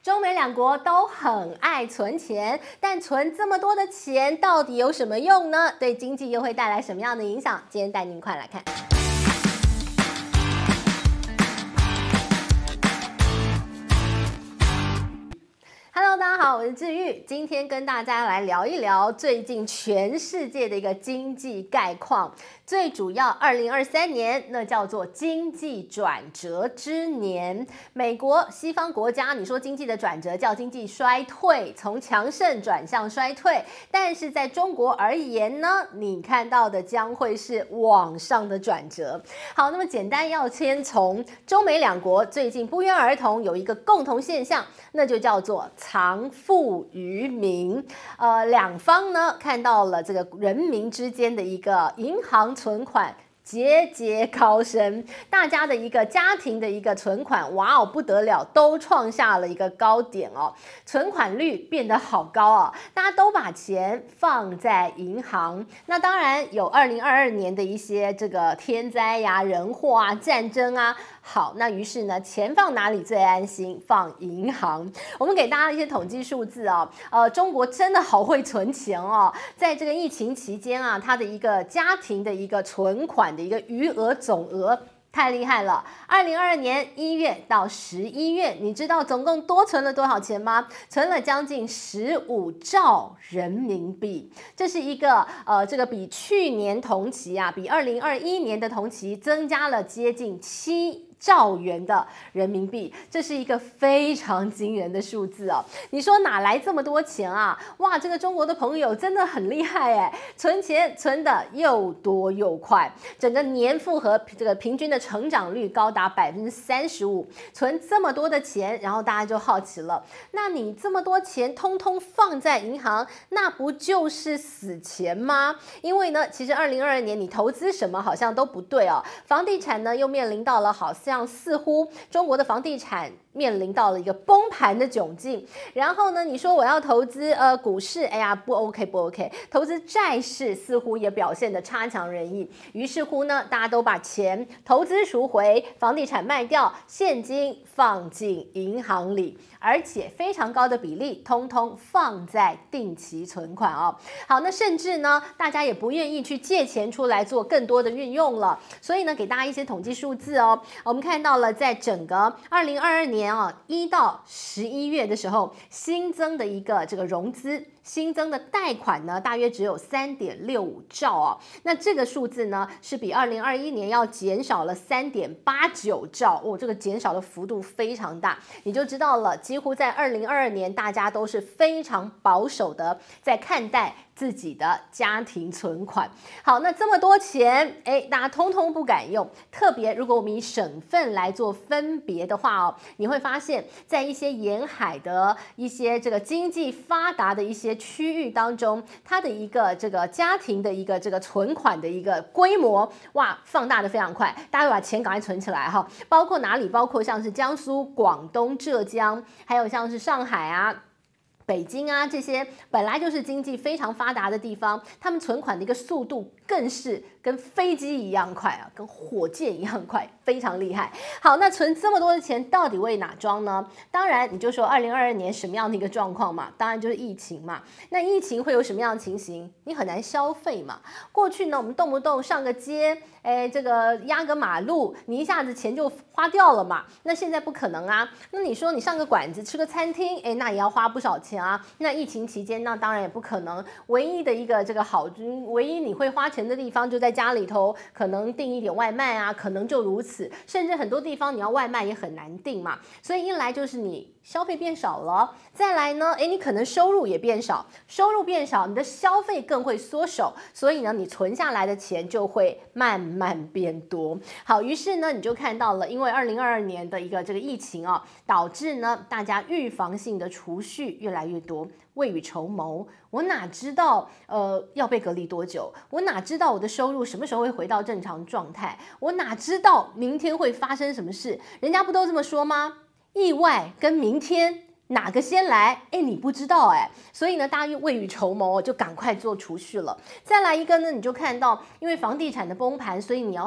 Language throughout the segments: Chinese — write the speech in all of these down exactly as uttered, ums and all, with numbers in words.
中美两国都很爱存钱，但存这么多的钱到底有什么用呢？对经济又会带来什么样的影响？今天带您快来看。Hello， 大家好，我是志玉，今天跟大家来聊一聊最近全世界的一个经济概况。最主要，二零二三年那叫做经济转折之年。美国、西方国家，你说经济的转折叫经济衰退，从强盛转向衰退。但是在中国而言呢，你看到的将会是往上的转折。好，那么简单要先从中美两国最近不约而同有一个共同现象，那就叫做藏富于民。呃，两方呢看到了这个人民之间的一个银行存款节节高升，大家的一个家庭的一个存款，哇哦不得了，都创下了一个高点哦，存款率变得好高哦，大家都把钱放在银行。那当然有二零二二年的一些这个天灾呀、人祸啊、战争啊。好，那于是呢，钱放哪里最安心？放银行。我们给大家一些统计数字哦，呃，中国真的好会存钱哦，在这个疫情期间啊，它的一个家庭的一个存款的一个余额总额。太厉害了！二零二二年一月到十一月，你知道总共多存了多少钱吗？存了将近十五兆人民币，这是一个呃，这个比去年同期啊，比二零二一年的同期增加了接近七兆元的人民币，这是一个非常惊人的数字哦。你说哪来这么多钱啊？哇，这个中国的朋友真的很厉害哎，存钱存的又多又快，整个年复合这个平均的成长率高达百分之三十五。存这么多的钱，然后大家就好奇了，那你这么多钱通通放在银行，那不就是死钱吗？因为呢，其实二零二二年你投资什么好像都不对哦，房地产呢又面临到了好像。像似乎中国的房地产面临到了一个崩盘的窘境，然后呢，你说我要投资呃股市，哎呀不 OK 不 OK， 投资债市似乎也表现得差强人意，于是乎呢，大家都把钱投资赎回，房地产卖掉，现金放进银行里，而且非常高的比例通通放在定期存款哦。好，那甚至呢，大家也不愿意去借钱出来做更多的运用了，所以呢，给大家一些统计数字哦，我们看到了在整个二零二二年啊，一到十一月的时候，新增的一个这个融资。新增的贷款呢，大约只有 三点六五兆哦，那这个数字呢，是比二零二一年要减少了 三点八九兆哦，这个减少的幅度非常大，你就知道了，几乎在二零二二年，大家都是非常保守的在看待自己的家庭存款。好，那这么多钱，哎，大家通通不敢用，特别如果我们以省份来做分别的话哦，你会发现在一些沿海的一些这个经济发达的一些区域当中，它的一个这个家庭的一个这个存款的一个规模，哇，放大的非常快，大家把钱赶快存起来哈。包括哪里？包括像是江苏、广东、浙江，还有像是上海啊。北京啊，这些本来就是经济非常发达的地方，他们存款的一个速度更是跟飞机一样快啊，跟火箭一样快，非常厉害。好，那存这么多的钱到底为哪桩呢？当然，你就说二零二二年什么样的一个状况嘛？当然就是疫情嘛。那疫情会有什么样的情形？你很难消费嘛。过去呢，我们动不动上个街，哎，这个压个马路，你一下子钱就花掉了嘛。那现在不可能啊。那你说你上个馆子，吃个餐厅，哎，那也要花不少钱啊。那疫情期间，那当然也不可能。唯一的一个这个好，唯一你会花钱的地方就在家里头，可能订一点外卖啊，可能就如此。甚至很多地方你要外卖也很难订嘛。所以一来就是你消费变少了，再来呢，哎，你可能收入也变少，收入变少，你的消费更会缩手，所以呢，你存下来的钱就会慢慢变多。好，于是呢，你就看到了，因为二零二二年的一个这个疫情啊，导致呢大家预防性的储蓄越来越多，未雨绸缪。我哪知道呃要被隔离多久？我哪知道我的收入什么时候会回到正常状态？我哪知道明天会发生什么事？人家不都这么说吗？意外跟明天哪个先来？哎，你不知道哎，所以呢，大家未雨绸缪，就赶快做储蓄了。再来一个呢，你就看到，因为房地产的崩盘，所以你要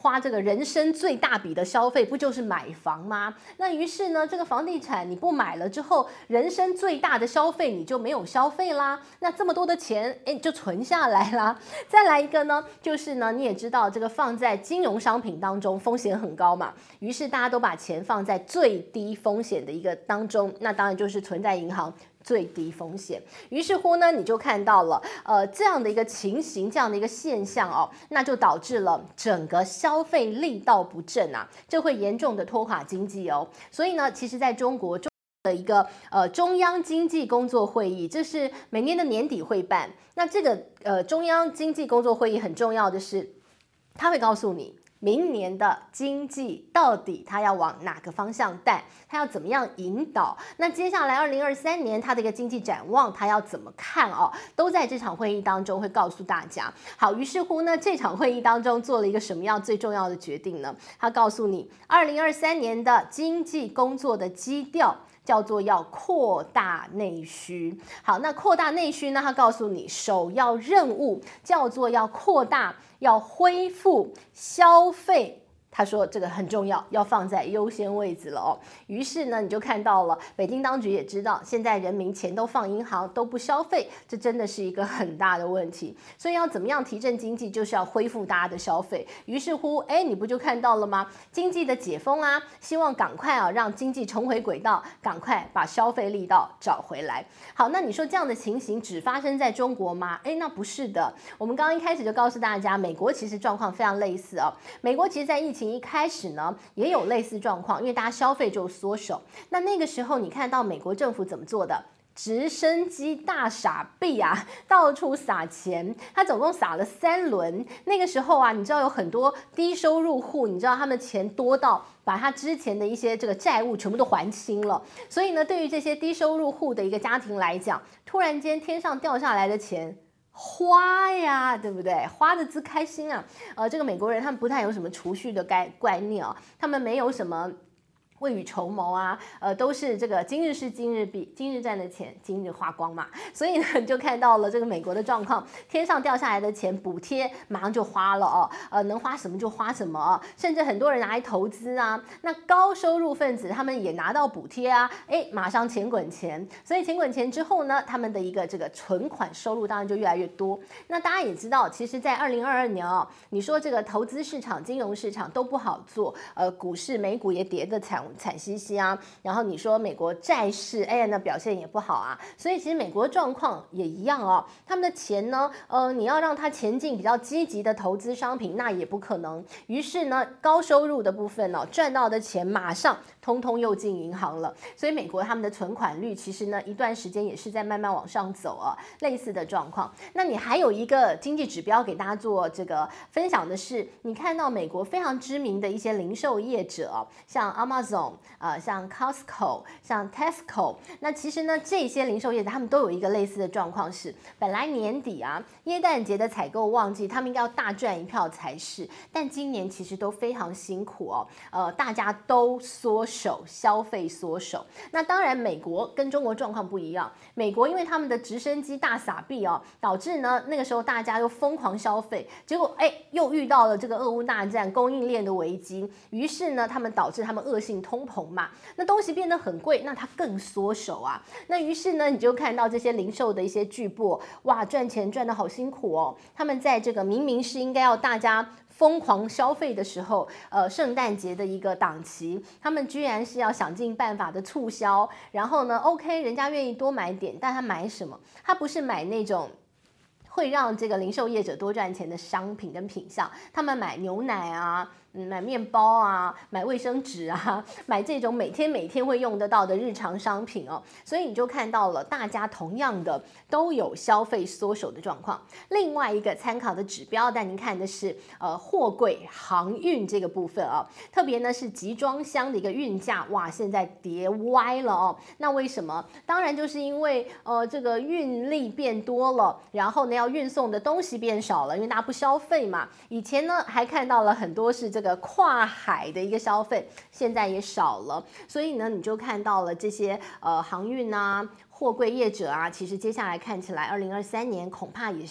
花这个人生最大笔的消费不就是买房吗？那于是呢，这个房地产你不买了之后，人生最大的消费你就没有消费啦。那这么多的钱，哎，就存下来啦。再来一个呢，就是呢，你也知道这个放在金融商品当中风险很高嘛，于是大家都把钱放在最低风险的一个当中，那当然就是存在银行。最低风险，于是乎呢，你就看到了，呃，这样的一个情形，这样的一个现象哦，那就导致了整个消费力道不振啊，这会严重的拖垮经济哦。所以呢，其实在中国中的一个呃中央经济工作会议，这是每年的年底会办。那这个呃中央经济工作会议很重要的是，它会告诉你。明年的经济到底它要往哪个方向带？它要怎么样引导？那接下来二零二三年它的一个经济展望，它要怎么看哦？都在这场会议当中会告诉大家。好，于是乎呢，这场会议当中做了一个什么样最重要的决定呢？它告诉你，二零二三年的经济工作的基调。叫做要扩大内需。好，那扩大内需呢？它告诉你，首要任务叫做要扩大，要恢复消费。他说这个很重要，要放在优先位置了哦。于是呢，你就看到了，北京当局也知道，现在人民钱都放银行，都不消费，这真的是一个很大的问题。所以要怎么样提振经济，就是要恢复大家的消费。于是乎，哎，你不就看到了吗？经济的解封啊，希望赶快啊让经济重回轨道，赶快把消费力道找回来。好，那你说这样的情形只发生在中国吗？哎，那不是的。我们刚刚一开始就告诉大家，美国其实状况非常类似哦。美国其实在疫情一开始呢，也有类似状况，因为大家消费就缩手。那那个时候，你看到美国政府怎么做的？直升机大撒币啊，到处撒钱，他总共撒了三轮。那个时候啊，你知道有很多低收入户，你知道他们钱多到把他之前的一些这个债务全部都还清了。所以呢，对于这些低收入户的一个家庭来讲，突然间天上掉下来的钱。花呀，对不对？花的之开心啊！呃，这个美国人他们不太有什么储蓄的概概念啊，他们没有什么。未雨绸缪啊，呃，都是这个今日事今日毕，今日赚的钱今日花光嘛，所以呢，你就看到了这个美国的状况，天上掉下来的钱补贴马上就花了哦，呃，能花什么就花什么哦，甚至很多人拿来投资啊，那高收入分子他们也拿到补贴啊，哎，马上钱滚钱，所以钱滚钱之后呢，他们的一个这个存款收入当然就越来越多。那大家也知道，其实，在二零二二年哦，你说这个投资市场、金融市场都不好做，呃，股市、美股也跌得惨。惨兮兮啊，然后你说美国债市，哎呀，那表现也不好啊，所以其实美国状况也一样哦。他们的钱呢，呃，你要让它前进比较积极的投资商品，那也不可能。于是呢，高收入的部分呢、哦，赚到的钱马上通通又进银行了。所以美国他们的存款率其实呢，一段时间也是在慢慢往上走啊，类似的状况。那你还有一个经济指标给大家做这个分享的是，你看到美国非常知名的一些零售业者、哦，像 Amazon。呃，像 Costco、像 Tesco， 那其实呢，这些零售业者他们都有一个类似的状况是，本来年底啊，耶诞节的采购旺季，他们应该要大赚一票才是，但今年其实都非常辛苦哦，呃，大家都缩手，消费缩手。那当然，美国跟中国状况不一样，美国因为他们的直升机大撒币哦，导致呢那个时候大家又疯狂消费，结果哎又遇到了这个俄乌大战、供应链的危机，于是呢，他们导致他们恶性通膨嘛，那东西变得很贵，那它更缩手啊。那于是呢，你就看到这些零售的一些巨擘，哇，赚钱赚得好辛苦哦。他们在这个明明是应该要大家疯狂消费的时候，呃，圣诞节的一个档期，他们居然是要想尽办法的促销。然后呢 ，OK， 人家愿意多买点，但他买什么？他不是买那种会让这个零售业者多赚钱的商品跟品项，他们买牛奶啊。嗯，买面包啊，买卫生纸啊，买这种每天每天会用得到的日常商品哦，所以你就看到了大家同样的都有消费缩手的状况。另外一个参考的指标，但您看的是呃货柜航运这个部分啊、哦，特别呢是集装箱的一个运价，哇，现在跌歪了哦。那为什么？当然就是因为呃这个运力变多了，然后呢要运送的东西变少了，因为大家不消费嘛。以前呢还看到了很多是这个。这个跨海的一个消费现在也少了，所以呢，你就看到了这些呃航运啊、货柜业者啊，其实接下来看起来，二零二三年恐怕也是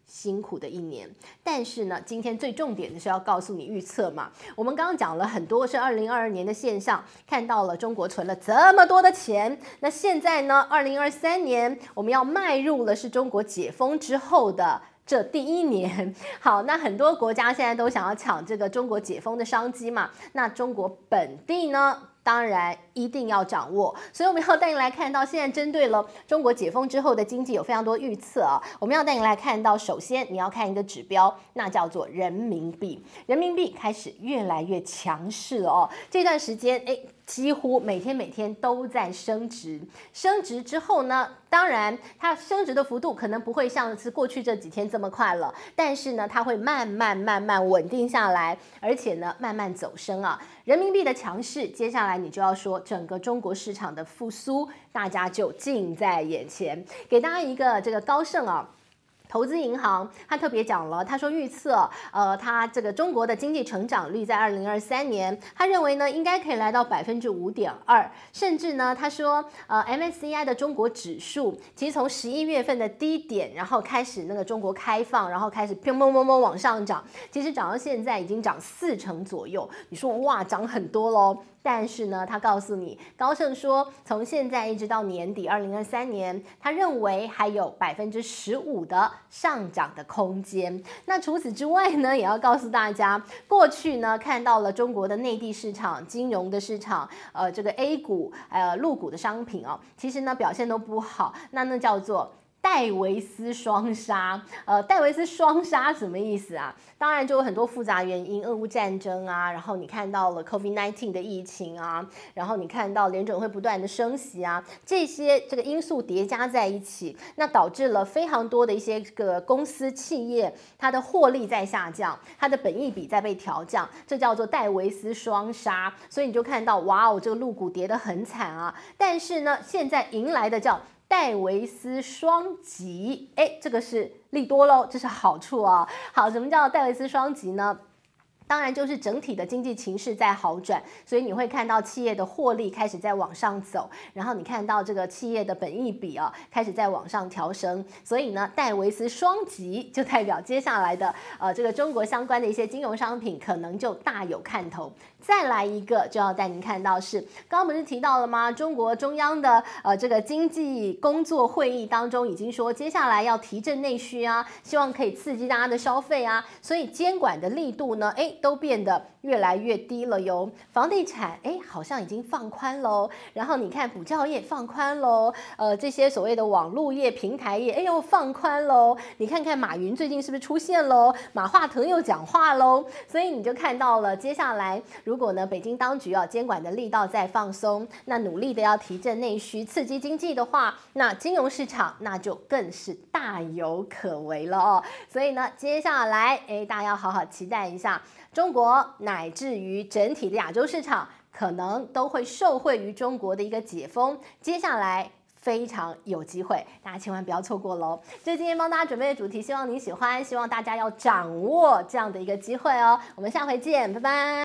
辛苦的一年，但是呢，今天最重点的是要告诉你预测嘛。我们刚刚讲了很多是二零二二年的现象，看到了中国存了这么多的钱，那现在呢，二零二三年我们要迈入了是中国解封之后的这第一年。好，那很多国家现在都想要抢这个中国解封的商机嘛，那中国本地呢？当然一定要掌握，所以我们要带你来看到，现在针对了中国解封之后的经济有非常多预测啊。我们要带你来看到，首先你要看一个指标，那叫做人民币，人民币开始越来越强势了哦。这段时间，哎，几乎每天每天都在升值，升值之后呢，当然它升值的幅度可能不会像是过去这几天这么快了，但是呢，它会慢慢慢慢稳定下来，而且呢，慢慢走升啊。人民币的强势，接下来你就要说整个中国市场的复苏，大家就近在眼前。给大家一个这个高盛啊。投资银行他特别讲了，他说预测，呃，他这个中国的经济成长率在二零二三年，他认为呢应该可以来到百分之五点二，甚至呢他说，呃 M S C I 的中国指数其实从十一月份的低点，然后开始那个中国开放，然后开始砰砰砰砰往上涨，其实涨到现在已经涨四成左右，你说哇涨很多喽。但是呢，他告诉你，高盛说，从现在一直到年底二零二三年，他认为还有百分之十五的上涨的空间。那除此之外呢，也要告诉大家，过去呢看到了中国的内地市场、金融的市场，呃，这个 A 股、呃陆股的商品哦，其实呢表现都不好，那那叫做戴维斯双杀。呃，戴维斯双杀什么意思啊？当然就有很多复杂原因，俄乌战争啊，然后你看到了 COVID 十九 的疫情啊，然后你看到联准会不断的升息啊，这些这个因素叠加在一起，那导致了非常多的一些个公司企业，它的获利在下降，它的本益比在被调降，这叫做戴维斯双杀。所以你就看到，哇哦，这个陆股跌得很惨啊，但是呢，现在迎来的叫戴维斯双击，哎，这个是利多喽，这是好处哦。好，什么叫戴维斯双击呢？当然就是整体的经济情势在好转，所以你会看到企业的获利开始在往上走，然后你看到这个企业的本益比啊开始在往上调升，所以呢，戴维斯双击就代表接下来的呃这个中国相关的一些金融商品可能就大有看头。再来一个就要带您看到是，刚刚不是提到了吗？中国中央的呃这个经济工作会议当中已经说，接下来要提振内需啊，希望可以刺激大家的消费啊，所以监管的力度呢，哎。都变得越来越低了哟。房地产哎，好像已经放宽喽。然后你看补教业放宽喽，呃，这些所谓的网络业、平台业，哎呦放宽喽。你看看马云最近是不是出现喽？马化腾又讲话喽。所以你就看到了，接下来如果呢北京当局啊监管的力道在放松，那努力的要提振内需、刺激经济的话，那金融市场那就更是大有可为了哦。所以呢，接下来哎，大家要好好期待一下。中国乃至于整体的亚洲市场，可能都会受惠于中国的一个解封，接下来非常有机会，大家千万不要错过喽！这是今天帮大家准备的主题，希望你喜欢，希望大家要掌握这样的一个机会哦。我们下回见，拜拜。